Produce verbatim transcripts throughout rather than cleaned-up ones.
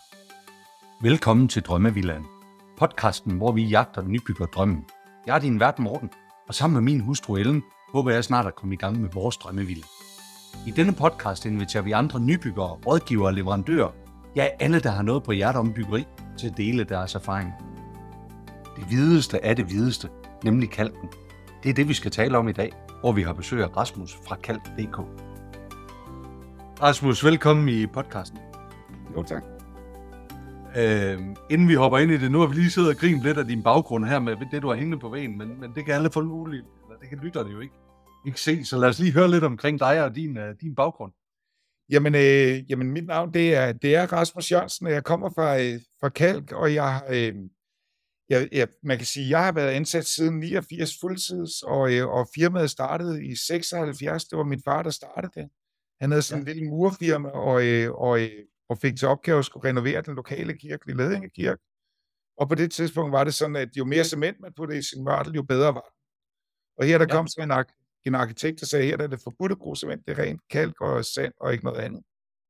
Velkommen til Drømmevillaen, podcasten, hvor vi jagter nybyggerdrømmen. Jeg er din vært Morten, og sammen med min hustru Ellen, håber jeg snart at komme i gang med vores drømmevilla. I denne podcast inviterer vi andre nybyggere, rådgivere og leverandører, ja alle, der har noget på hjertet om byggeri, til at dele deres erfaring. Det hvideste er det hvideste, nemlig kalken. Det er det, vi skal tale om i dag, hvor vi har besøg af Rasmus fra kalk punktum d k. Rasmus, velkommen i podcasten. Jo, tak. Øh, inden vi hopper ind i det, nu har vi lige siddet og grinet lidt af din baggrund her med det, du har hængende på væggen, men, men det kan alle folk muligt, eller det kan lytterne jo ikke, ikke se, så lad os lige høre lidt omkring dig og din, uh, din baggrund. Jamen, øh, jamen, mit navn, det er, det er Rasmus Jørgensen, og jeg kommer fra, øh, fra Kalk, og jeg, øh, jeg, jeg, man kan sige, jeg har været ansat siden niogfirs fuldtids, og, øh, og firmaet startede i seksoghalvfjerds, det var min far, der startede det. Han havde sådan ja. en lille murfirma, og, øh, og, øh, og fik til opgave at skulle renovere den lokale kirke, Ledinge Kirke. Og på det tidspunkt var det sådan, at jo mere cement man puttede i sin mørtel, jo bedre var det. Og her der ja. kom så en, ar- en arkitekt, der sagde, her der er det forbudt at bruge cement, det er rent kalk og sand og ikke noget andet.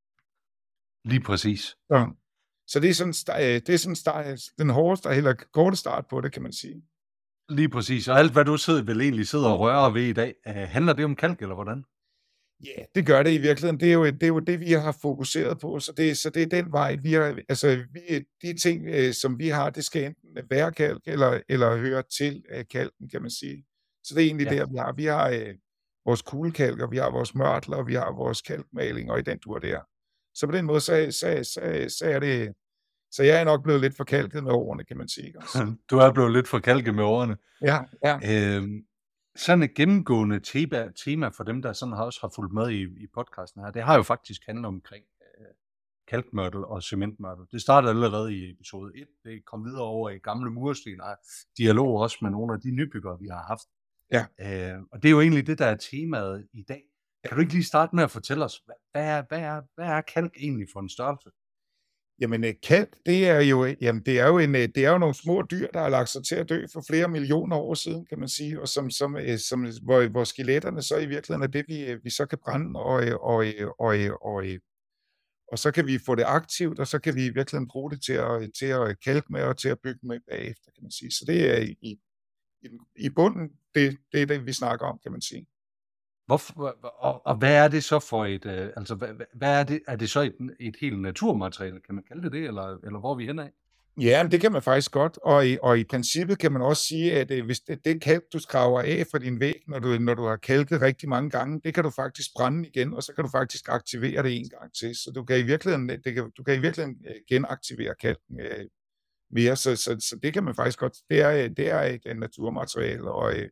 Lige præcis. Så, så det er sådan, det er sådan start, den hårdeste eller korte start på det, kan man sige. Lige præcis. Og alt, hvad du sidder, vel egentlig sidder og rører ved i dag, uh, handler det om kalk, eller hvordan? Ja, yeah, det gør det i virkeligheden. Det er, jo, det er jo det, vi har fokuseret på, så det, så det er den vej, vi har, altså vi, de ting, øh, som vi har, det skal enten være kalk, eller, eller høre til øh, kalken, kan man sige. Så det er egentlig ja. der, vi har. Vi har øh, vores kuglekalker, vi har vores mørtler, vi har vores kalkmaling, og i den tur der. Så på den måde, så, så, så, så er det, så jeg er nok blevet lidt forkalket med årene, kan man sige. Du er blevet lidt forkalket med årene. Ja, ja. Øhm. Sådan et gennemgående tema, tema for dem, der sådan har også har fulgt med i, i podcasten her, det har jo faktisk handlet omkring øh, kalkmørtel og cementmørtel. Det startede allerede i episode et, det kom videre over i gamle mursten, og dialog også med nogle af de nybyggere, vi har haft. Ja. Øh, og det er jo egentlig det, der er temaet i dag. Kan du ikke lige starte med at fortælle os, hvad er, hvad er, hvad er kalk egentlig for en størrelse? Jamen, kalk, det er jo, jamen, det er jo, en, det er jo nogle små dyr, der har lagt sig til at dø for flere millioner år siden, kan man sige, og som, som, som, hvor, hvor skeletterne så i virkeligheden er det, vi, vi så kan brænde, og, og, og, og, og så kan vi få det aktivt, og så kan vi i virkeligheden bruge det til at, til at kalke med, og til at bygge med bagefter, kan man sige. Så det er i, i, i bunden, det, det er det, vi snakker om, kan man sige. Hvorfor, og, og hvad er det så for et, øh, altså hvad, hvad er det, er det så et, et helt naturmateriale, kan man kalde det det, eller, eller hvor er vi henad? Ja, det kan man faktisk godt, og i, og i princippet kan man også sige, at øh, hvis det, det kalk, du skraver af fra din væg, når du, når du har kalket rigtig mange gange, det kan du faktisk brænde igen, og så kan du faktisk aktivere det en gang til, så du kan i virkeligheden, det kan, du kan i virkeligheden genaktivere kalken øh, mere, så, så, så det kan man faktisk godt, det er, det er et, et naturmateriale, og øh,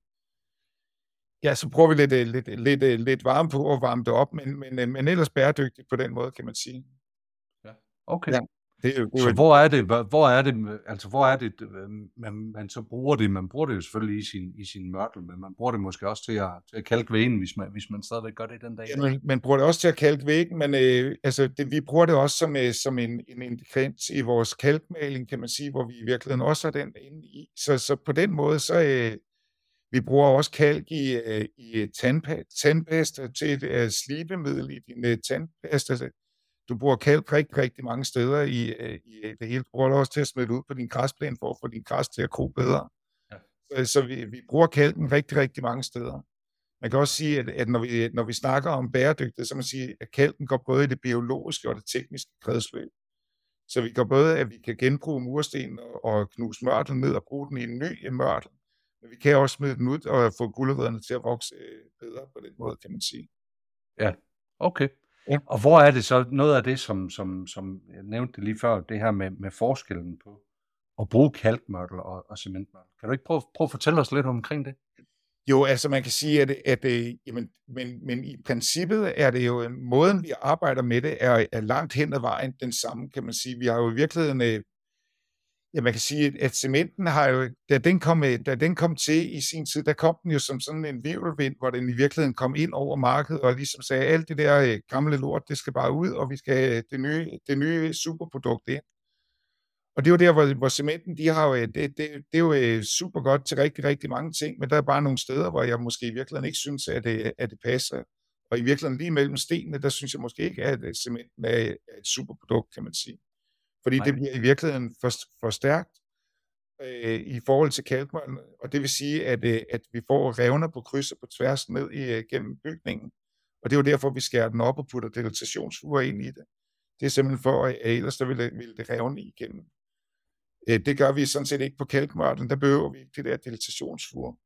ja, så bruger vi lidt, lidt, lidt, lidt varme på at varme det op, men, men, men ellers bæredygtigt på den måde, kan man sige. Ja, okay. Ja, det er jo, det er så hvor er det, hvor er det, altså hvor er det, man, man så bruger det, man bruger det jo selvfølgelig i sin, i sin mørtel, men man bruger det måske også til at, til at kalke væggen, hvis man, hvis man stadigvæk gør det den dag. Ja, man, man bruger det også til at kalke væggen, men øh, altså, det, vi bruger det også som, øh, som en, en ingrediens i vores kalkmaling, kan man sige, hvor vi i virkeligheden også har den inde i. Så, så på den måde, så øh, vi bruger også kalk i, øh, i tandpa- tandpasta til et øh, slibemiddel i din øh, tandpasta. Du bruger kalk rigtig, rigtig mange steder i, øh, i det hele. Du bruger det også til at smide ud på din græsplæne for at få din græs til at gro bedre. Ja. Så, så vi, vi bruger kalken rigtig, rigtig mange steder. Man kan også sige, at, at når, vi, når vi snakker om bæredygtighed, så man sige, at kalken går både i det biologiske og det tekniske kredsløb. Så vi går både, at vi kan genbruge mursten og, og knuse mørtel ned og bruge den i en ny mørtel. Men vi kan også smide den ud og få gulerødderne til at vokse bedre på den måde, kan man sige. Ja, okay. Ja. Og hvor er det så noget af det, som, som, som jeg nævnte lige før, det her med, med forskellen på at bruge kalkmørtel og, og cementmørtel. Kan du ikke prøve, prøve at fortælle os lidt omkring det? Jo, altså man kan sige, at, at, at jamen, men, men i princippet er det jo, måden vi arbejder med det, er, er langt hen ad vejen den samme, kan man sige. Vi har jo i virkeligheden, ja, man kan sige, at cementen har jo, da den, kom, da den kom til i sin tid, der kom den jo som sådan en virvelvind, hvor den i virkeligheden kom ind over markedet, og ligesom sagde, alt det der gamle lort, det skal bare ud, og vi skal have det nye, det nye superprodukt ind. Og det er jo der, hvor, hvor cementen, de har jo, det, det, det er jo super godt til rigtig, rigtig mange ting, men der er bare nogle steder, hvor jeg måske i virkeligheden ikke synes, at det, at det passer. Og i virkeligheden lige mellem stenene, der synes jeg måske ikke, at cementen er et superprodukt, kan man sige. fordi Nej. det bliver i virkeligheden for, for stærkt øh, i forhold til kalkmørtel, og det vil sige, at, øh, at vi får revner på kryds og på tværs ned i, øh, gennem bygningen, og det er jo derfor, vi skærer den op og putter dilatationsfuger ind i det. Det er simpelthen for, at ellers der vil det, vil det revne igennem. Øh, det gør vi sådan set ikke på kalkmørtlen, der behøver vi ikke det der dilatationsfuger.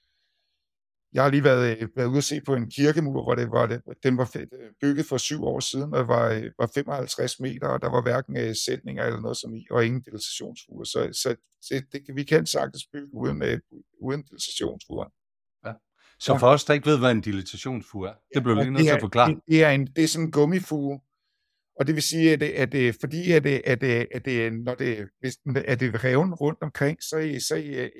Jeg har lige været, øh, været ude at se på en kirkemur, hvor det var det, den var bygget for syv år siden, og var, øh, var femoghalvtreds meter, og der var hverken øh, sætninger eller noget som i, og ingen dilatationsfuger. Så, så, så det, vi kan sagtens bygge uden, øh, uden dilatationsfuger. Ja. Så for os, der ikke ved, hvad en dilatationsfuge er, det bliver vi Ja, lige nødt til at forklare. Det, det, er en, det er sådan en gummifuge, og det vil sige, at, det, at det, fordi at det, at det, at det, når det, hvis at det er revnen rundt omkring, så, så,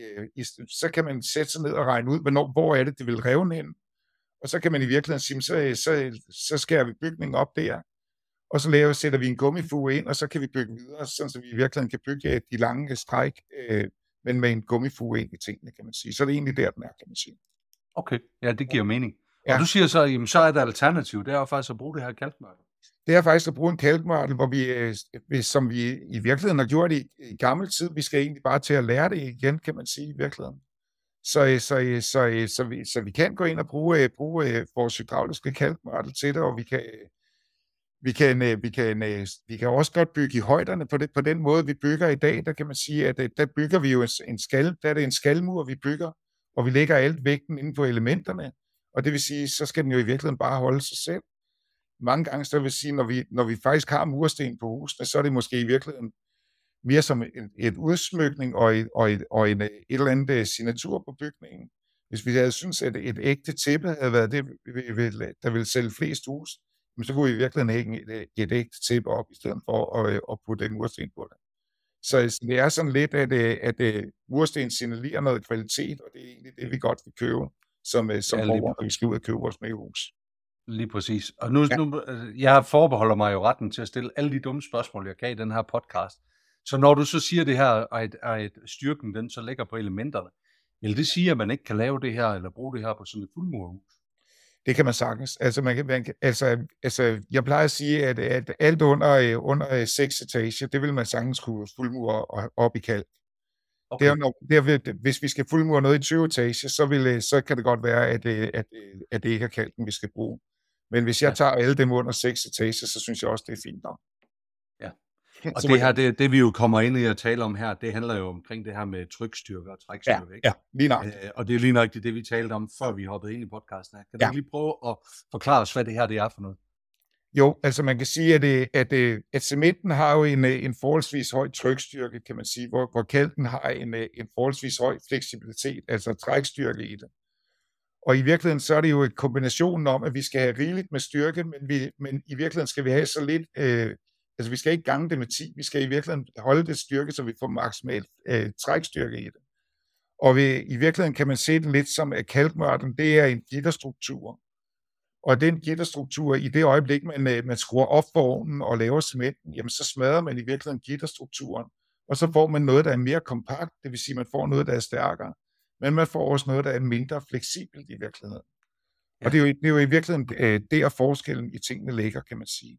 så, så kan man sætte sig ned og regne ud, hvornår, hvor er det, det vil revne hen. Og så kan man i virkeligheden sige, så, så, så skærer vi bygningen op der, og så laver, sætter vi en gummifuge ind, og så kan vi bygge videre, så vi i virkeligheden kan bygge de lange stræk, øh, men med en gummifuge ind i tingene, kan man sige. Så er det egentlig der, den er, kan man sige. Okay, ja, det giver mening. Ja. Og du siger så, jamen, så er der alternativ, det er jo faktisk at bruge det her kalkmørtel. Det er faktisk at bruge en kalkmørtel, hvor vi, øh, som vi i virkeligheden har gjort i, i gammel tid. Vi skal egentlig bare til at lære det igen, kan man sige, i virkeligheden. Så, så, så, så, vi, så vi kan gå ind og bruge, bruge vores hydrauliske kalkmørtel til det, og vi kan, vi kan, vi kan, vi kan også godt bygge i højderne på, det, på den måde, vi bygger i dag. Der kan man sige, at der bygger vi jo en skal, der er det en skalmur, vi bygger, og vi lægger alt vægten inde på elementerne, og det vil sige, så skal den jo i virkeligheden bare holde sig selv. Mange gange, så vil sige, når vi, når vi faktisk har mursten på husene, så er det måske i virkeligheden mere som et, et udsmykning og, et, og, et, og en, et eller andet signatur på bygningen. Hvis vi havde syntes, at et ægte tæppe havde været det, der ville sælge flest hus, så kunne vi i virkeligheden hænge et, et ægte tæppe op, i stedet for at, at putte en mursten på det. Så det er sådan lidt, at, at, at mursten signalerer noget kvalitet, og det er egentlig det, vi godt vil købe, som, som ja, borgere, når vi skal ud og købe vores nye hus. Lige præcis. Og nu, ja. nu, jeg forbeholder mig jo retten til at stille alle de dumme spørgsmål, jeg kan i den her podcast. Så når du så siger det her, at, at styrken den så ligger på elementerne, vil det sige, at man ikke kan lave det her, eller bruge det her på sådan et fuldmurhus? Det kan man sagtens. Altså, man kan, man kan, altså, altså jeg plejer at sige, at, at alt under, under seks etager, det vil man sagtens kunne fuldmure op i kalk. Okay. Det er, når, det er, hvis vi skal fuldmure noget i tyve etager, så, vil, så kan det godt være, at, at, at det ikke er kalken, vi skal bruge. Men hvis jeg ja. tager alle dem under seks etager, så synes jeg også, det er fint nok. Ja, og så det her, det, det vi jo kommer ind i at tale om her, det handler jo omkring det her med trykstyrke og trækstyrke, ja, ikke? Ja, lige nok. Øh, og det er lige nok det, vi talte om, før vi hoppede ind i podcasten her. Kan ja. du lige prøve at forklare os, hvad det her det er for noget? Jo, altså man kan sige, at, at, at, at cementen har jo en, en forholdsvis høj trykstyrke, kan man sige, hvor, hvor kalken har en, en forholdsvis høj fleksibilitet, altså trækstyrke i det. Og i virkeligheden så er det jo en kombination om, at vi skal have rigeligt med styrke, men, vi, men i virkeligheden skal vi have så lidt, øh, altså vi skal ikke gange det med ti, vi skal i virkeligheden holde det styrke, så vi får maksimalt øh, trækstyrke i det. Og vi, i virkeligheden kan man se det lidt som, at kalkmørtel, det er en gitterstruktur. Og den gitterstruktur, i det øjeblik, man, man skruer op for ovnen og laver cementen, jamen så smadrer man i virkeligheden gitterstrukturen, og så får man noget, der er mere kompakt, det vil sige, at man får noget, der er stærkere, men man får også noget, der er mindre fleksibelt i virkeligheden. Ja. Og det er, jo, det er jo i virkeligheden der forskellen i tingene ligger, kan man sige.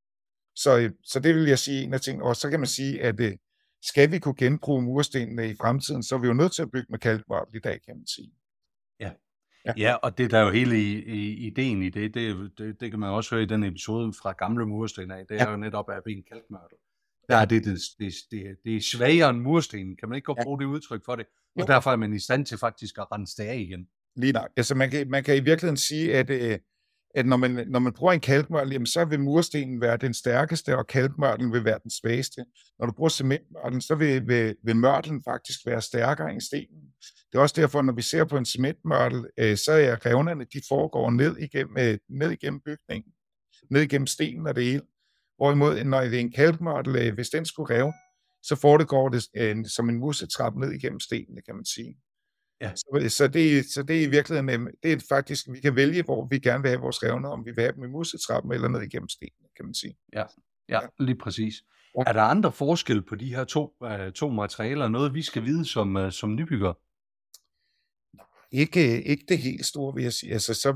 Så, så det vil jeg sige en af tingene. Og så kan man sige, at skal vi kunne genbruge murstenene i fremtiden, så er vi jo nødt til at bygge med kalkmørtel i dag, kan man sige. Ja. Ja. ja, og det der er jo hele i, i, ideen i det, det, det, det kan man også høre i den episode fra gamle mursten af, det er ja. jo netop at have en kalkmørtel. Der er det, det, det, det, det er svagere end murstenen, kan man ikke godt ja. bruge det udtryk for det, og jo. derfor er man i stand til faktisk at rense det af igen. Lige nok. Altså man kan, man kan i virkeligheden sige, at, at når, man, når man bruger en kalkmørtel, jamen, så vil murstenen være den stærkeste, og kalkmørtelen vil være den svageste. Når du bruger cementmørtelen, så vil, vil, vil mørtelen faktisk være stærkere end stenen. Det er også derfor, når vi ser på en cementmørtel, øh, så er revnerne, de foregår ned igennem, øh, ned igennem bygningen, ned igennem stenen og det hele. Hvorimod, når det er en kalkmørtel, øh, hvis den skulle revne, så foregår det øh, som en musetrap ned igennem stenene, kan man sige. Ja. Så, så, det, så det er i virkeligheden, det er faktisk, vi kan vælge, hvor vi gerne vil have vores revner, om vi vil have dem i musetrappen eller ned igennem stenene, kan man sige. Ja, ja, ja. Lige præcis. Ja. Er der andre forskel på de her to, uh, to materialer, noget vi skal vide som, uh, som nybygger? Ikke, ikke det helt store, vil jeg sige. Altså, så,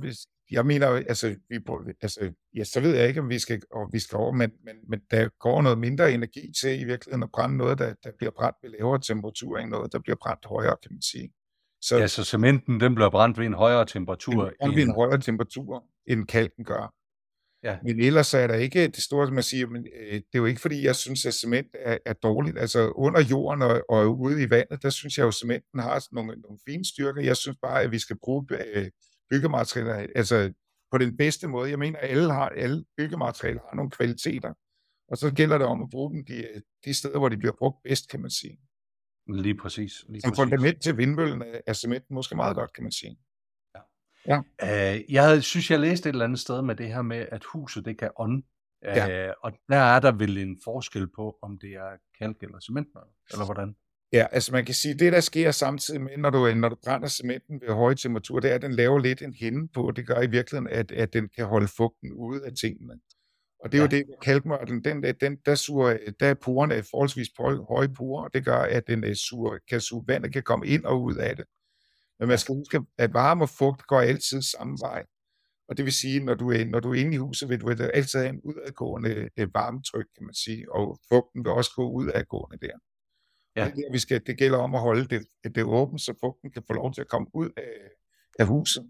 jeg mener jo, altså, vi burde, altså, ja, så ved jeg ikke, om vi skal, om vi skal over, men, men, men der går noget mindre energi til i virkeligheden at brænde noget, der, der bliver brændt ved lavere temperatur, end noget, der bliver brændt højere, kan man sige. Så Ja, så cementen, den bliver brændt ved en højere temperatur den brændt ved en end... højere temperatur, end kalken gør. Ja, Men ellers er der ikke det store, som man siger, men øh, det er jo ikke, fordi jeg synes, at cement er, er dårligt. Altså under jorden og, og ude i vandet, der synes jeg jo, at cementen har sådan nogle, nogle fine styrker. Jeg synes bare, at vi skal bruge øh, byggematerialer altså på den bedste måde. Jeg mener, at alle, har, alle byggematerialer har nogle kvaliteter, og så gælder det om at bruge dem de, de steder, hvor de bliver brugt bedst, kan man sige. lige præcis. Lige Som præcis. fundament til vindmøllen er- er cementen måske meget godt, kan man sige. Ja. Øh, jeg synes, jeg læste et eller andet sted med det her med, at huset det kan ånde. Ja. Øh, og der er der vel en forskel på, om det er kalk eller cement, eller hvordan? Ja, altså man kan sige, det der sker samtidig med, når du, når du brænder cementen ved høje temperaturer, det er, at den laver lidt en hinde på, det gør i virkeligheden, at, at den kan holde fugten ude af tingene. Og det er Ja. jo det, kalkmørtlen, den, den, der, suger, der er porerne forholdsvis høje porer, og det gør, at den suger, kan suge vandet, kan komme ind og ud af det. Men man skal huske, at varme og fugt går altid samme vej. Og det vil sige, når du er, når du er inde i huset, vil du altid have en udadgående varmetryk, kan man sige, og fugten vil også gå udadgående der. Ja. Det, der, vi skal, det gælder om at holde det, det åbent, så fugten kan få lov til at komme ud af, af huset.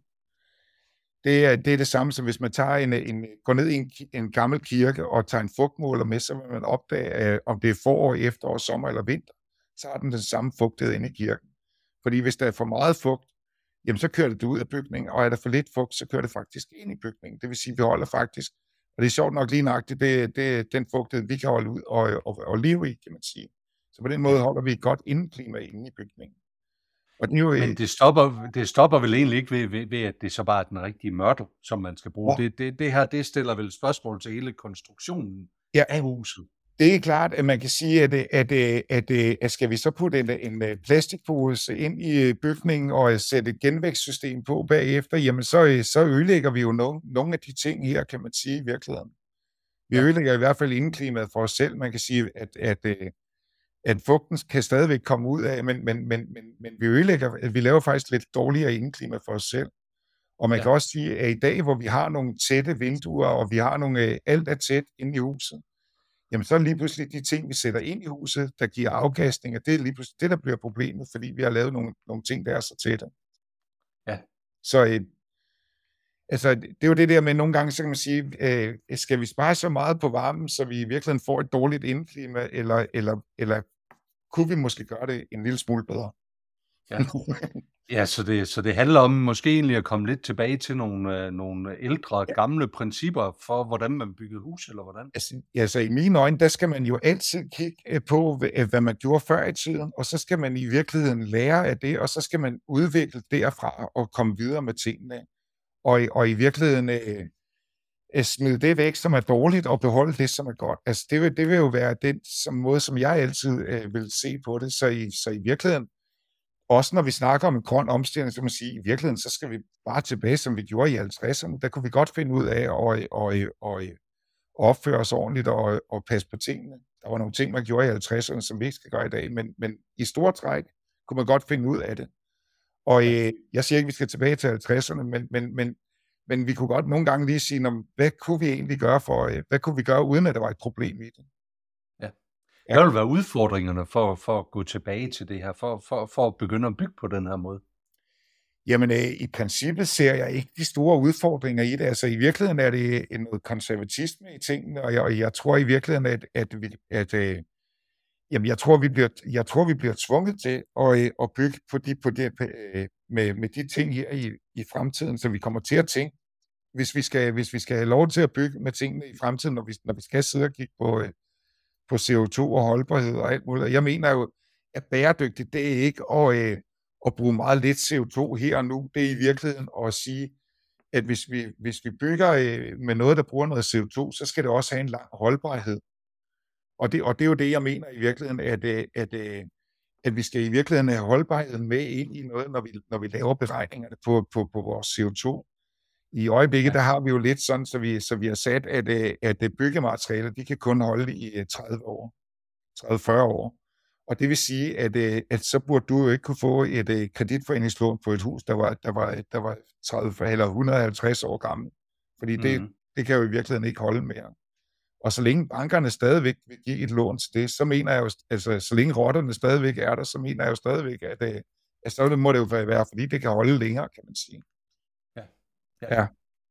Det er, det er det samme, som hvis man tager en, en, går ned i en, en gammel kirke og tager en fugtmåler med, så vil man opdage, om det er forår, efterår, sommer eller vinter, så har den den samme fugtighed inde i kirken. Fordi hvis der er for meget fugt, jamen så kører det ud af bygningen, og er der for lidt fugt, så kører det faktisk ind i bygningen. Det vil sige, at vi holder faktisk, og det er sjovt nok lige nøjagtigt, det, det den fugtighed, vi kan holde ud og, og, og leve i, kan man sige. Så på den måde holder vi et godt indeklima inde i bygningen. Og det er jo, Men det stopper, det stopper vel egentlig ikke ved, ved, ved, at det så bare er den rigtige mørtel, som man skal bruge. Ja. Det, det, det her, det stiller vel spørgsmål til hele konstruktionen Ja. af huset. Det er klart, at man kan sige, at, at, at, at, at skal vi så putte en, en plastikpose ind i bygningen og sætte et genvækstsystem på bagefter, jamen så, så ødelægger vi jo nogle, nogle af de ting her, kan man sige i virkeligheden. Vi Ja. ødelægger i hvert fald indeklimaet for os selv. Man kan sige, at, at, at fugten kan stadigvæk komme ud af, men, men, men, men, men vi ødelægger, at vi laver faktisk lidt dårligere indeklima for os selv. Og man Ja. kan også sige, at i dag, hvor vi har nogle tætte vinduer, og vi har nogle, alt er tæt inde i huset, jamen så er lige pludselig de ting, vi sætter ind i huset, der giver afkastning, og det er lige pludselig det, der bliver problemet, fordi vi har lavet nogle, nogle ting, der er så tætte. Ja. Så øh, altså, det er jo det der med, nogle gange så kan man sige, øh, skal vi spare så meget på varmen, så vi i virkeligheden får et dårligt indeklima, eller, eller, eller kunne vi måske gøre det en lille smule bedre? Ja. Ja, så det, så det handler om måske egentlig at komme lidt tilbage til nogle, øh, nogle ældre, Ja. gamle principper for, hvordan man byggede hus, eller hvordan? Altså, altså i mine øjne, der skal man jo altid kigge øh, på, hvad, hvad man gjorde før i tiden, og så skal man i virkeligheden lære af det, og så skal man udvikle derfra og komme videre med tingene. Og, i- og i virkeligheden øh, øh, smide det væk, som er dårligt, og beholde det, som er godt. Altså det vil, det vil jo være den som måde, som jeg altid øh, vil se på det. Så i, så i virkeligheden, også når vi snakker om en grøn omstilling, så kan man sige, i virkeligheden, så skal vi bare tilbage, som vi gjorde i halvtredserne. Der kunne vi godt finde ud af at, at, at, at opføre os ordentligt og, og passe på tingene. Der var nogle ting, man gjorde i halvtredserne, som vi ikke skal gøre i dag, men, men i store træk kunne man godt finde ud af det. Og øh, jeg siger ikke, at vi skal tilbage til halvtredserne, men, men, men, men vi kunne godt nogle gange lige sige, "Nå, hvad kunne vi egentlig gøre for, øh, hvad kunne vi gøre, uden at der var et problem i det?" Ja. Ja. Hvad vil være udfordringerne for, for at gå tilbage til det her, for, for, for at begynde at bygge på den her måde? Jamen, øh, i princippet ser jeg ikke de store udfordringer i det. Altså, i virkeligheden er det en noget konservatisme i tingene, og jeg, og jeg tror i virkeligheden, at, at, vi, at øh, jamen, jeg tror, vi bliver, jeg tror, vi bliver tvunget til at, øh, at bygge på de, på det, øh, med, med de ting her i, i fremtiden, så vi kommer til at tænke, hvis vi skal, hvis vi skal have lov til at bygge med tingene i fremtiden, når vi, når vi skal sidde og kigge på, øh, på C O to og holdbarhed og alt muligt. Jeg mener jo, at bæredygtigt, det er ikke at, øh, at bruge meget lidt C O to her og nu. Det er i virkeligheden at sige, at hvis vi, hvis vi bygger øh, med noget, der bruger noget C O to, så skal det også have en lang holdbarhed. Og det, og det er jo det, jeg mener i virkeligheden, at, øh, at, øh, at vi skal i virkeligheden have holdbarheden med ind i noget, når vi, når vi laver beregningerne på, på, på vores C O to. I øjeblikket, Ja. der har vi jo lidt sådan, så vi, så vi har sat, at, øh, at øh, byggematerialer, de kan kun holde i øh, tredive år, tredive til fyrre år. Og det vil sige, at, øh, at så burde du jo ikke kunne få et øh, kreditforeningslån på et hus, der var, der var, der var tredive eller et hundrede og halvtreds år gammel. Fordi det, Mm. det kan jo i virkeligheden ikke holde mere. Og så længe bankerne stadigvæk vil give et lån til det, så mener jeg jo, altså så længe rotterne stadigvæk er der, så mener jeg jo stadigvæk, at, øh, at så må det jo være, fordi det kan holde længere, kan man sige. Ja. Ja. Ja.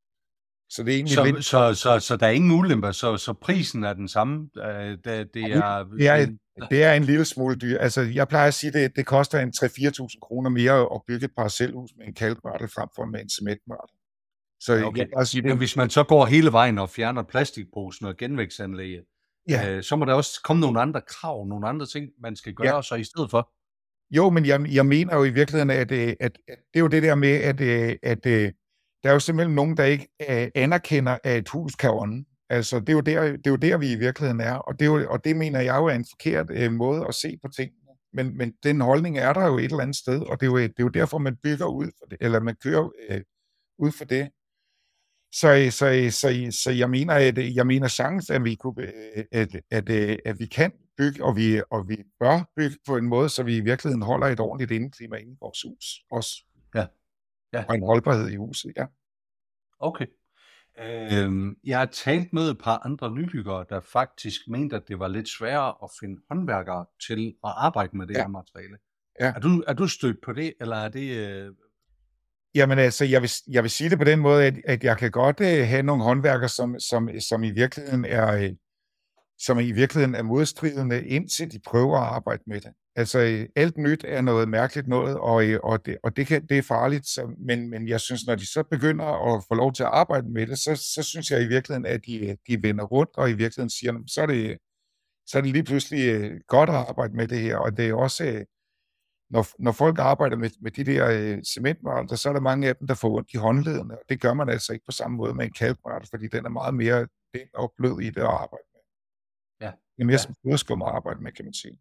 Så det er egentlig Så, lidt... så, så, så der er ingen ulemper, så, så prisen er den samme. Øh, Det, det er, Det er, en- det er en lille smule dyr. Altså, jeg plejer at sige, at det, det koster en tre til fire tusind kroner mere at bygge et parcelhus med en kalkmørtel frem for med en cementmørtel. Så Ja, jeg okay. plejer at sige, Men det, hvis man så går hele vejen og fjerner plastikposen og genvækstanlægget, ja, øh, så må der også komme nogle andre krav, nogle andre ting, man skal gøre Ja. så i stedet for. jo, men jeg, jeg mener jo i virkeligheden, at, øh, at, at det er jo det der med, at, øh, at øh, der er jo simpelthen nogen, der ikke øh, anerkender, at et hus kan ånde. Altså, det er, jo der, det er jo der, vi i virkeligheden er, og det, er jo, og det mener jeg jo er en forkert øh, måde at se på tingene. Men, men den holdning er der jo et eller andet sted, og det er jo, det er jo derfor, man bygger ud for det, eller man kører øh, ud for det. Så, så, så, så jeg mener, at jeg mener chance, at vi kunne, øh, at, at, øh, at vi kan bygge, og vi, og vi bør bygge på en måde, så vi i virkeligheden holder et ordentligt indeklima inde i vores hus også. Ja. Ja. Og en holdbarhed i huset, ja. Okay. Øhm, jeg har talt med et par andre nybyggere, der faktisk mente, at det var lidt sværere at finde håndværkere til at arbejde med det Ja. her materiale. Ja. Er du, er du stødt på det, eller er det... Øh... Jamen altså, jeg vil, jeg vil sige det på den måde, at, at jeg kan godt uh, have nogle håndværkere, som, som, som i virkeligheden er... Uh, som i virkeligheden er modstridende, indtil de prøver at arbejde med det. Altså, øh, alt nyt er noget mærkeligt noget, og, øh, og, det, og det, kan, det er farligt, så, men, men jeg synes, når de så begynder at få lov til at arbejde med det, så, så synes jeg i virkeligheden, at de, de vender rundt, og i virkeligheden siger, så er det, så er det lige pludselig øh, godt at arbejde med det her, og det er også, øh, når, når folk arbejder med, med de der øh, cementmørtel, så er der mange af dem, der får ondt i håndledene, og det gør man altså ikke på samme måde med en kalkmørtel, fordi den er meget mere den og blød i det at arbejde med. Ja. Det er mere Ja. som flødeskum at arbejde med, kan man sige.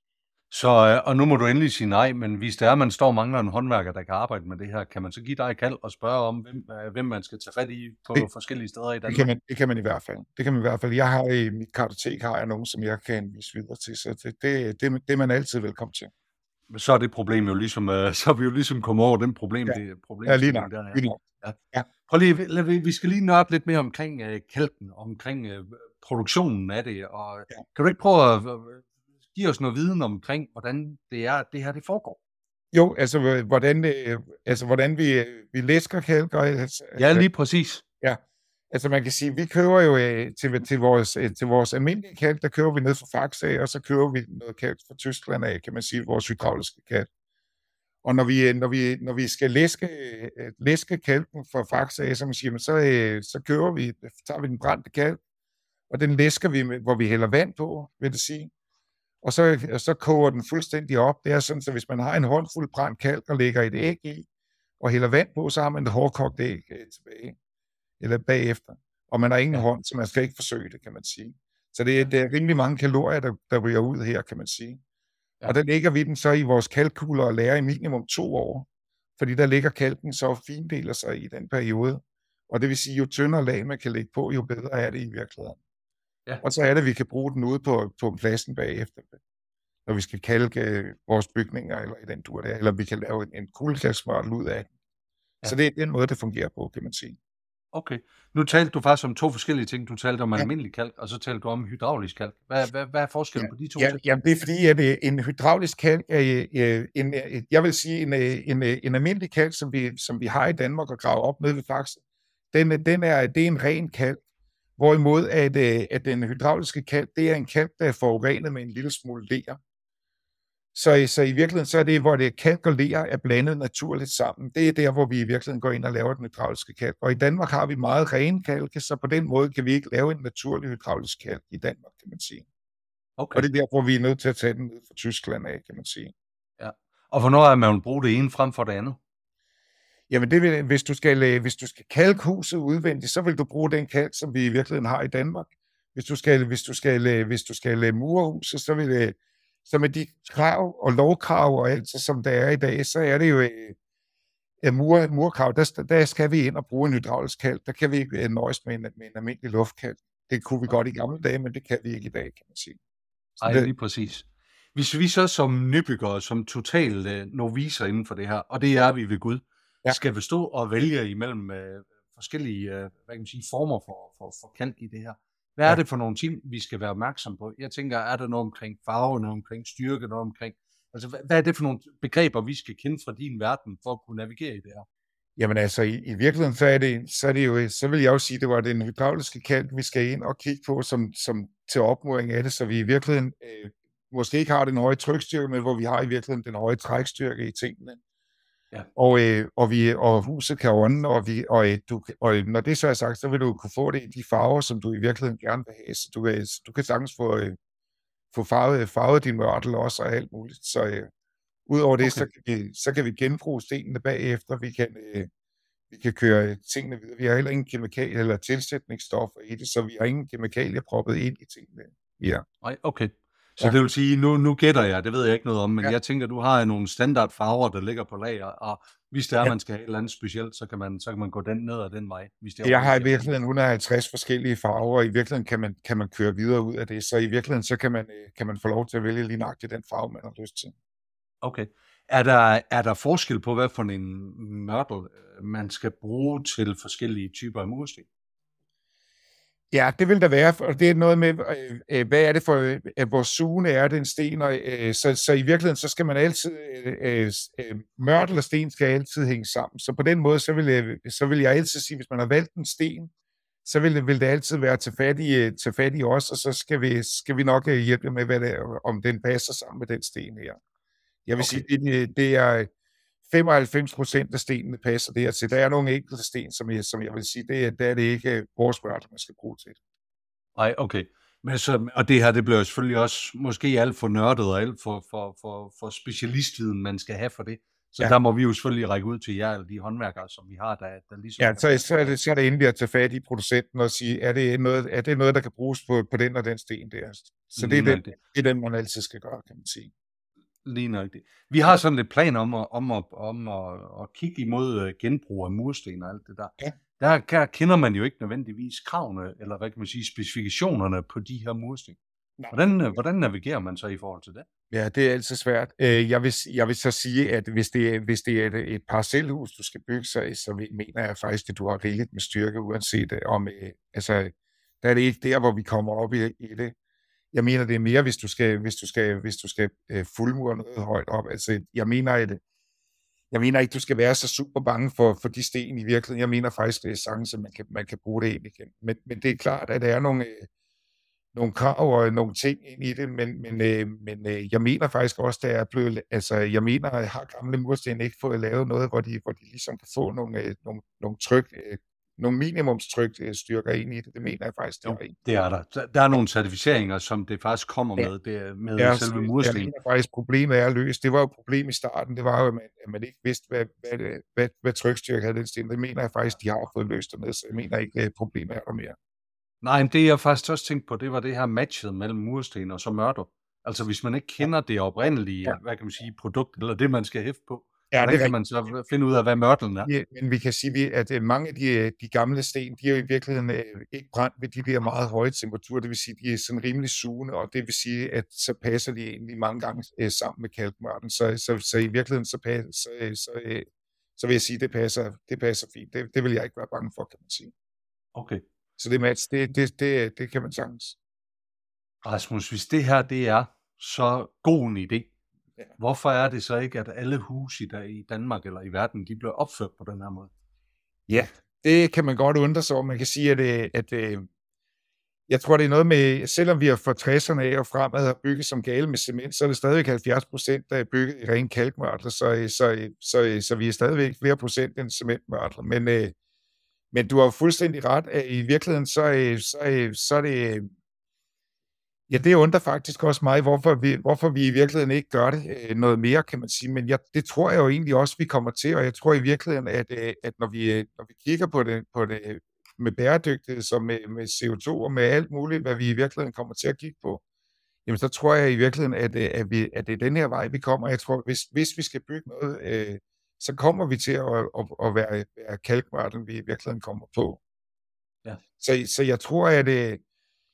Så, øh, og nu må du endelig sige nej, men hvis det er, at man står og mangler en håndværker, der kan arbejde med det her, kan man så give dig et kald og spørge om, hvem, øh, hvem man skal tage fat i på Det- forskellige steder i Det kan, Danmark? man, det kan man i hvert fald. Det kan man i hvert fald. Jeg har i mit kartotek har jeg nogen, som jeg kan henvise videre til, så det, det, det, det er man altid velkommen til. Så er det problem jo ligesom, øh, så er vi jo ligesom kommet over den problem, Ja. det Ja, lige problemstilling nok. der er. Lige nok. Ja. Ja. Prøv lige, lad, vi vi skal lige nørde lidt mere omkring øh, kalken, omkring øh, produktionen af det, og Ja. kan du ikke prøve at øh, give os noget viden omkring, hvordan det er, at det her det foregår? Jo, altså øh, hvordan, øh, altså, hvordan vi, øh, vi læsker kalk. Og, altså, Ja, lige præcis. altså man kan sige, vi køber jo øh, til, til, vores, øh, til vores almindelige kalk, der køber vi ned fra Faxe, og så køber vi noget kalk fra Tyskland af, kan man sige, vores hydrauliske kalk. Og når vi, øh, når vi, når vi skal læske, øh, læske kalken fra Faxe af, så, man siger, så, øh, så køber vi, tager vi den brændte kalk, og den læsker vi, med, hvor vi hælder vand på, vil det sige. Og så, og så koger den fuldstændig op. Det er sådan, så hvis man har en håndfuld brændt kalk og lægger et æg i, og hælder vand på, så har man et hårdkogt æg øh, tilbage, eller bagefter. Og man har ingen Ja. hånd, så man skal ikke forsøge det, kan man sige. Så det, er- det er rimelig mange kalorier, der, der ryger ud her, kan man sige. Ja. Og der lægger vi den så i vores kalkkugler og lærer i minimum to år, fordi der ligger kalken så og findeler sig i den periode. Og det vil sige, jo tyndere lag man kan lægge på, jo bedre er det i virkeligheden. Ja. Og så er det, at vi kan bruge den ude på, på pladsen bagefter, når vi skal kalke øh, vores bygninger, eller i den tur der, eller vi kan lave en, en kuldkalksmørtel ud af den. Ja. Så det er den måde, det fungerer på, kan man sige. Okay. Nu talte du faktisk om to forskellige ting. Du talte om Ja. almindelig kalk, og så talte du om hydraulisk kalk. Hvad, hvad, hvad er forskellen på de to Ja, ting? jamen, det er fordi, at øh, en hydraulisk kalk er øh, en, øh, jeg vil sige, en, øh, en, øh, en almindelig kalk, som vi, som vi har i Danmark og graver op nede ved Faxe, den, øh, den er, det er en ren kalk. Hvorimod at, øh, at den hydrauliske kalk, det er en kalk, der er forurenet med en lille smule ler. Så, så i virkeligheden, så er det, hvor det kalk og ler er blandet naturligt sammen. Det er der, hvor vi i virkeligheden går ind og laver den hydrauliske kalk. Og i Danmark har vi meget rene kalke, så på den måde kan vi ikke lave en naturlig hydraulisk kalk i Danmark, kan man sige. Okay. Og det er derfor, vi er nødt til at tage den ned fra Tyskland af, kan man sige. Og hvornår er man vil bruge det ene frem for det andet? Jamen, det vil, hvis, du skal, øh, hvis du skal kalke huset udvendigt, så vil du bruge den kalk, som vi i virkeligheden har i Danmark. Hvis du skal, hvis du skal, øh, hvis du skal øh, mure huset, så vil det, så med de krav og lovkrav og alt, som der er i dag, så er det jo øh, mur, murkrav, der, der skal vi ind og bruge en hydraulisk kalk. Der kan vi ikke øh, nøjes med en, med en almindelig luftkalk. Det kunne vi godt i gamle dage, men det kan vi ikke i dag, kan man sige. Så Ej, det, lige præcis. Hvis vi så som nybyggere, som total øh, novicer inden for det her, og det er vi ved Gud, Ja. skal vi stå og vælge imellem øh, forskellige øh, hvad kan man sige, former for, for, for kalk i det her. Hvad er Ja. det for nogle ting, vi skal være opmærksom på? Jeg tænker, er der noget omkring farve, noget omkring styrke, noget omkring... Altså, hvad, hvad er det for nogle begreber, vi skal kende fra din verden, for at kunne navigere i det her? Jamen altså, i, i virkeligheden, så er, det, så er det jo, så vil jeg jo sige, det var den hydrauliske kalk, vi skal ind og kigge på, som, som til opmåling af det, så vi i virkeligheden øh, måske ikke har den høje trykstyrke, men hvor vi har i virkeligheden den høje trækstyrke i tingene. Ja. Og, øh, og, vi, og huset kan ånde, og, vi, og, øh, du, og når det så er sagt, så vil du kunne få det i de farver, som du i virkeligheden gerne vil have. Så du, øh, du kan sagtens få, øh, få farvet, farvet din mørtel også og alt muligt. Så øh, udover det, okay. så, kan vi, så kan vi genbruge stenene bagefter. Vi kan, øh, vi kan køre tingene videre. Vi har heller ingen kemikalier eller tilsætningsstoffer i det, så vi har ingen kemikalier proppet ind i tingene. Ja. Nej, okay. Så Ja. det vil sige, nu, nu gætter jeg, det ved jeg ikke noget om, men Ja. jeg tænker, du har nogle standardfarver, der ligger på lager, og hvis det er, Ja. man skal have et eller andet specielt, så kan man, så kan man gå den ned ad den vej. Hvis det er Jeg har i overhovedet- virkeligheden et hundrede og halvtreds forskellige farver, og i virkeligheden kan man, kan man køre videre ud af det, så i virkeligheden så kan man, øh, kan man få lov til at vælge lige nøjagtigt den farve, man har lyst til. Okay. Er der, er der forskel på, hvad for en mørtel øh, man skal bruge til forskellige typer af mursten? Ja, det vil der være, og det er noget med, øh, øh, hvad er det for, øh, hvor sugende er den sten, og øh, så, så i virkeligheden, så skal man altid, øh, øh, øh, mørtel og sten skal altid hænge sammen, så på den måde, så vil, jeg, så vil jeg altid sige, hvis man har valgt en sten, så vil det, vil det altid være til fat i, øh, til fat i os, og så skal vi, skal vi nok øh, hjælpe med, hvad det er, om den passer sammen med den sten her. Jeg vil Okay. sige, det, det er femoghalvfems procent af stenene passer det her til. Der er nogle enkelte sten, som jeg, som jeg vil sige, det er, der er det ikke øh, vores mørtel, man skal bruge til det. Nej, okay. Men så, og det her, det bliver jo selvfølgelig også måske alt for nørdet og alt for, for, for, for specialistviden, man skal have for det. Så Ja. der må vi jo selvfølgelig række ud til jer, eller de håndværkere, som vi har, der, der ligesom... Ja, så, så, er det, så er det endelig at tage fat i producenten og sige, er det noget, er det noget der kan bruges på, på den og den sten der? Så det er, Lige den, det er den, man altid skal gøre, kan man sige. Lige nok det. Vi har sådan et plan om at, om at, om at, at kigge imod øh, genbrug af mursten og alt det der. Ja. Der, der kender man jo ikke nødvendigvis kravene, eller hvad kan man sige, specifikationerne på de her mursten. Nej. Hvordan, øh, hvordan navigerer man så i forhold til det? Ja, det er altid svært. Øh, Jeg vil, jeg vil så sige, at hvis det, er- hvis det er et, et parcelhus, du skal bygge, så, så vi- mener jeg faktisk, at du har rigeligt med styrke, uanset øh, om... øh, Altså, der er det ikke der, hvor vi kommer op i, i det. Jeg mener, det er mere, hvis du skal, hvis du skal, hvis du skal øh, fuldmure noget højt op. Altså, jeg mener, at, jeg mener ikke, du skal være så super bange for, for de sten i virkeligheden. Jeg mener faktisk, det er sagtens, at man kan, man kan bruge det ind igen. Men, men det er klart, at der er nogle, øh, nogle krav og nogle ting ind i det, men, men, øh, men øh, jeg mener faktisk også, der er blevet, altså jeg mener, at har gamle mursten ikke fået lavet noget, hvor de, hvor de ligesom kan få nogle, øh, nogle, nogle tryk, øh, nogle minimumstryk øh, styrker ind i det. Det mener jeg faktisk, det Jo, er en. det er der. Der- Der er nogle certificeringer, som det faktisk kommer Ja. med, det, er med Ja, selve så jeg mursten. mener faktisk, problemet er løst. Det var jo et problem i starten. Det var jo, at man, at man ikke vidste, hvad, hvad, hvad, hvad, hvad trykstyrke havde den sten. Det mener jeg faktisk, de har fået løst dernede, så jeg mener ikke, at problemet er der mere. Nej, men det jeg faktisk også tænkte på, det var det her matchet mellem mursten og så mørtel. Altså hvis man ikke kender det oprindelige, Ja. hvad kan man sige, produkt, eller det man skal hæfte på, Ja, hvordan det er kan man så finde ud af, hvad mørtelen er? Ja, men vi kan sige, at øh, mange af de, øh, de gamle sten, de er jo i virkeligheden øh, ikke brændt ved de der meget høje temperaturer. Det vil sige, de er sådan rimelig sugende, og det vil sige, at så passer de egentlig mange gange øh, sammen med kalkmørten. Så, så, så i virkeligheden, så, pas, så, øh, så, øh, så vil jeg sige, at det passer, det passer fint. Det, det vil jeg ikke være bange for, kan man sige. Okay. Så det match, det, det, det, det kan man sagtens. Rasmus, hvis det her det er så god en idé, Ja. hvorfor er det så ikke, at alle huse i, dag, i Danmark eller i verden, de bliver opført på den her måde? Ja, det kan man godt undre sig over. Man kan sige, at, øh, at øh, jeg tror, det er noget med, selvom vi har fra tresserne af og fremad har bygget som gale med cement, så er det stadigvæk halvfjerds procent, der er bygget i ren kalkmørtel, så, øh, så, øh, så, øh, så vi er stadigvæk flere procent end cementmørtel. Men, øh, men du har jo fuldstændig ret, at i virkeligheden, så, øh, så, øh, så er det... Øh, Ja, det undrer faktisk også mig, hvorfor vi, hvorfor vi i virkeligheden ikke gør det øh, noget mere, kan man sige. Men jeg, det tror jeg jo egentlig også, vi kommer til, og jeg tror i virkeligheden, at, øh, at når, vi, øh, når vi kigger på det, på det øh, med bæredygtighed, som med, med C O to og med alt muligt, hvad vi i virkeligheden kommer til at kigge på, jamen så tror jeg i virkeligheden, at, øh, at, vi, at det er den her vej, vi kommer. Jeg tror, hvis, hvis vi skal bygge noget, øh, så kommer vi til at, at, at være, være kalkmørtel, vi i virkeligheden kommer på. Ja. Så, så jeg tror, at... Øh,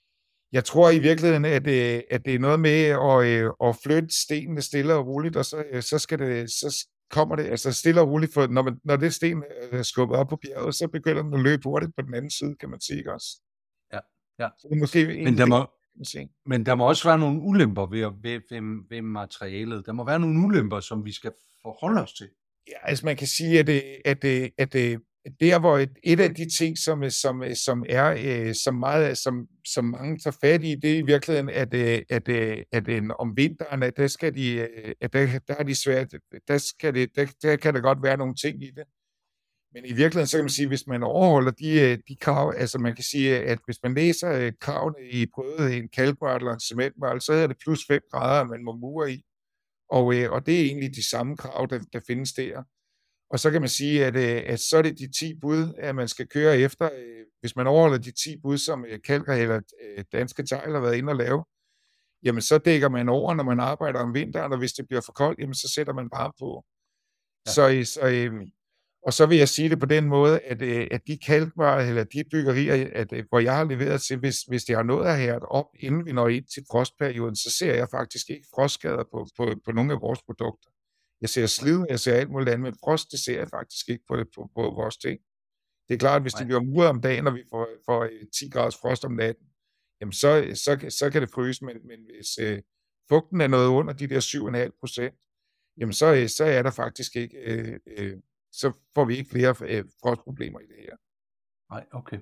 Jeg tror i virkeligheden, at, øh, at det er noget med at, øh, at flytte stenene stille og roligt, og så, øh, så skal det, så kommer det altså stille og roligt, for når, man, når det sten er skubbet op på bjerget, så begynder den at løbe hurtigt på den anden side, kan man sige, ikke også? Ja, ja. Så det er måske Men egentlig der det, må, kan man sige. men der må også være nogle ulemper ved, ved, ved, ved materialet. Der må være nogle ulemper, som vi skal forholde os til. Ja, altså man kan sige, at, øh, at, øh, at, at der hvor et, et af de ting, som, øh, som, øh, som er øh, som meget, som, som mange tager fat i, det er i virkeligheden, at, øh, at, øh, at øh, om vinteren, at der skal de, øh, at der, der er de svært, der, skal det, der, der kan der godt være nogle ting i det. Men i virkeligheden, så kan man sige, hvis man overholder de, de krav, altså man kan sige, at hvis man læser kravene i både en kalkbræt eller en cementbræt, så er det plus fem grader, man må mure i. Og, og det er egentlig de samme krav, der, der findes der. Og så kan man sige, at, at så er det de ti bud, at man skal køre efter. Hvis man overholder de ti bud, som Kalker eller Danske Tegl har været inde og lave, jamen så dækker man over, når man arbejder om vinteren, og hvis det bliver for koldt, jamen så sætter man varme på. Ja. Så, så, og så vil jeg sige det på den måde, at, at de kalkvarer, eller de byggerier, at, hvor jeg har leveret til, hvis, hvis det har nået at hære op, inden vi når ind til frostperioden, så ser jeg faktisk ikke frostskader på, på, på nogle af vores produkter. Jeg ser slid, jeg ser alt muligt andet, men frost, det ser jeg faktisk ikke på, på, på vores ting. Det er klart, at hvis det bliver muret om dagen, og vi får, får ti graders frost om natten, jamen så, så, så kan det fryse, men, men hvis øh, fugten er noget under de der syv komma fem procent, jamen så, så er der faktisk ikke, øh, øh, så får vi ikke flere øh, frostproblemer i det her. Nej, okay.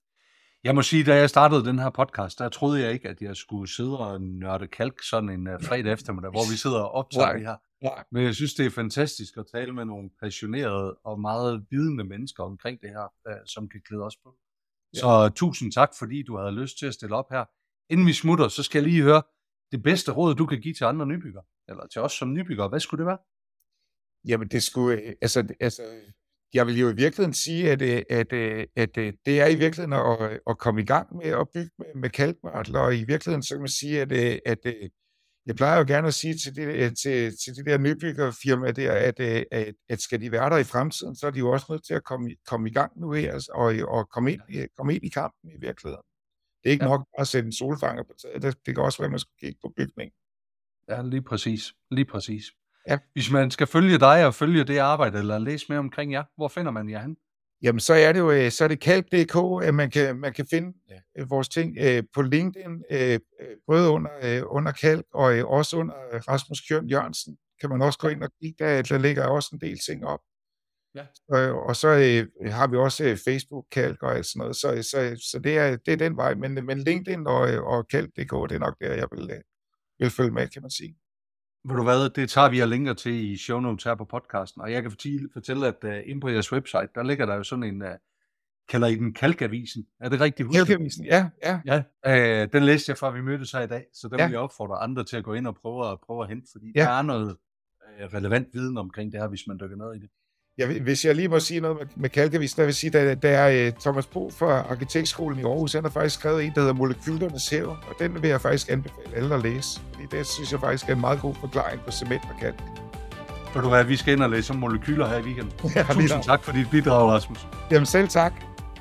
Jeg må sige, da jeg startede den her podcast, der troede jeg ikke, at jeg skulle sidde og nørde kalk sådan en uh, fredag eftermiddag, hvor vi sidder og optager det her. Nej. Men jeg synes, det er fantastisk at tale med nogle passionerede og meget vidende mennesker omkring det her, uh, som kan klæde os på. Ja. Så tusind tak, fordi du havde lyst til at stille op her. Inden vi smutter, så skal jeg lige høre det bedste råd, du kan give til andre nybyggere, eller til os som nybyggere. Hvad skulle det være? Jamen, det skulle, altså, altså jeg vil jo i virkeligheden sige, at, at, at, at det er i virkeligheden at, at komme i gang med at bygge med, med kalkmartler, og i virkeligheden så kan man sige, at, at, at jeg plejer jo gerne at sige til de, til, til de der nybyggerfirmaer der, at, at, at skal de være der i fremtiden, så er de jo også nødt til at komme, komme i gang nu her, og, og komme, ind, komme ind i kampen i virkeligheden. Det er ikke ja. nok at sætte en solfanger på taget, det, det kan også være, at man skal kigge på bygningen. Ja, lige præcis. Lige præcis. Ja. Hvis man skal følge dig og følge det arbejde, eller læse mere omkring jer, hvor finder man jer hen? Jamen, så er det jo så er det kalk punktum d k, at man kan, man kan finde ja. vores ting øh, på LinkedIn, øh, både under, øh, under Kalk og øh, også under Rasmus Kjørn Jørgensen. Kan man også gå ind og kigge, der, der ligger også en del ting op. Ja. Og, og så øh, har vi også øh, Facebook Kalk og alt sådan noget, så, så, så det, er, det er den vej. Men, men LinkedIn og, og Kalk punktum d k, det er nok der, jeg vil, øh, vil følge med, kan man sige. Ved du hvad, det tager vi og linker til i show notes her på podcasten, og jeg kan fortælle, at uh, inde på jeres website, der ligger der jo sådan en, uh, kalder I den Kalkavisen? Er det rigtigt husket? Kalkavisen, ja. ja. ja uh, den læste jeg, før vi mødtes her i dag, så den ja. vil jeg opfordre andre til at gå ind og prøve at, prøve at hente, fordi ja. der er noget uh, relevant viden omkring det her, hvis man dykker ned i det. Ja, hvis jeg lige må sige noget med, med Kalkavisen, der vil sige, at der er uh, Thomas Bo fra Arkitektskolen i Aarhus, han har faktisk skrevet en, der hedder Molekylernes Hævn, og den vil jeg faktisk anbefale alle at læse, fordi det synes jeg faktisk er en meget god forklaring på cement og kalk. Ved du hvad, vi skal ind og læse om molekyler her i weekenden. Ja, Tusind tak for dit bidrag, Rasmus. Jamen selv tak.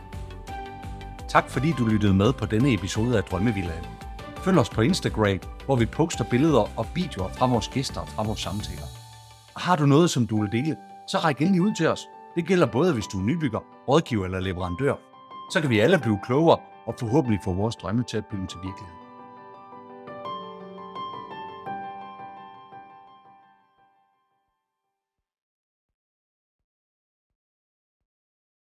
Tak fordi du lyttede med på denne episode af Drømmevillaen. Følg os på Instagram, hvor vi poster billeder og videoer fra vores gæster og fra vores samtaler. Og har du noget, som du vil dele, så ræk endelig ud til os. Det gælder både, hvis du er nybygger, rådgiver eller leverandør. Så kan vi alle blive klogere og forhåbentlig få vores drømme til at blive til virkelighed.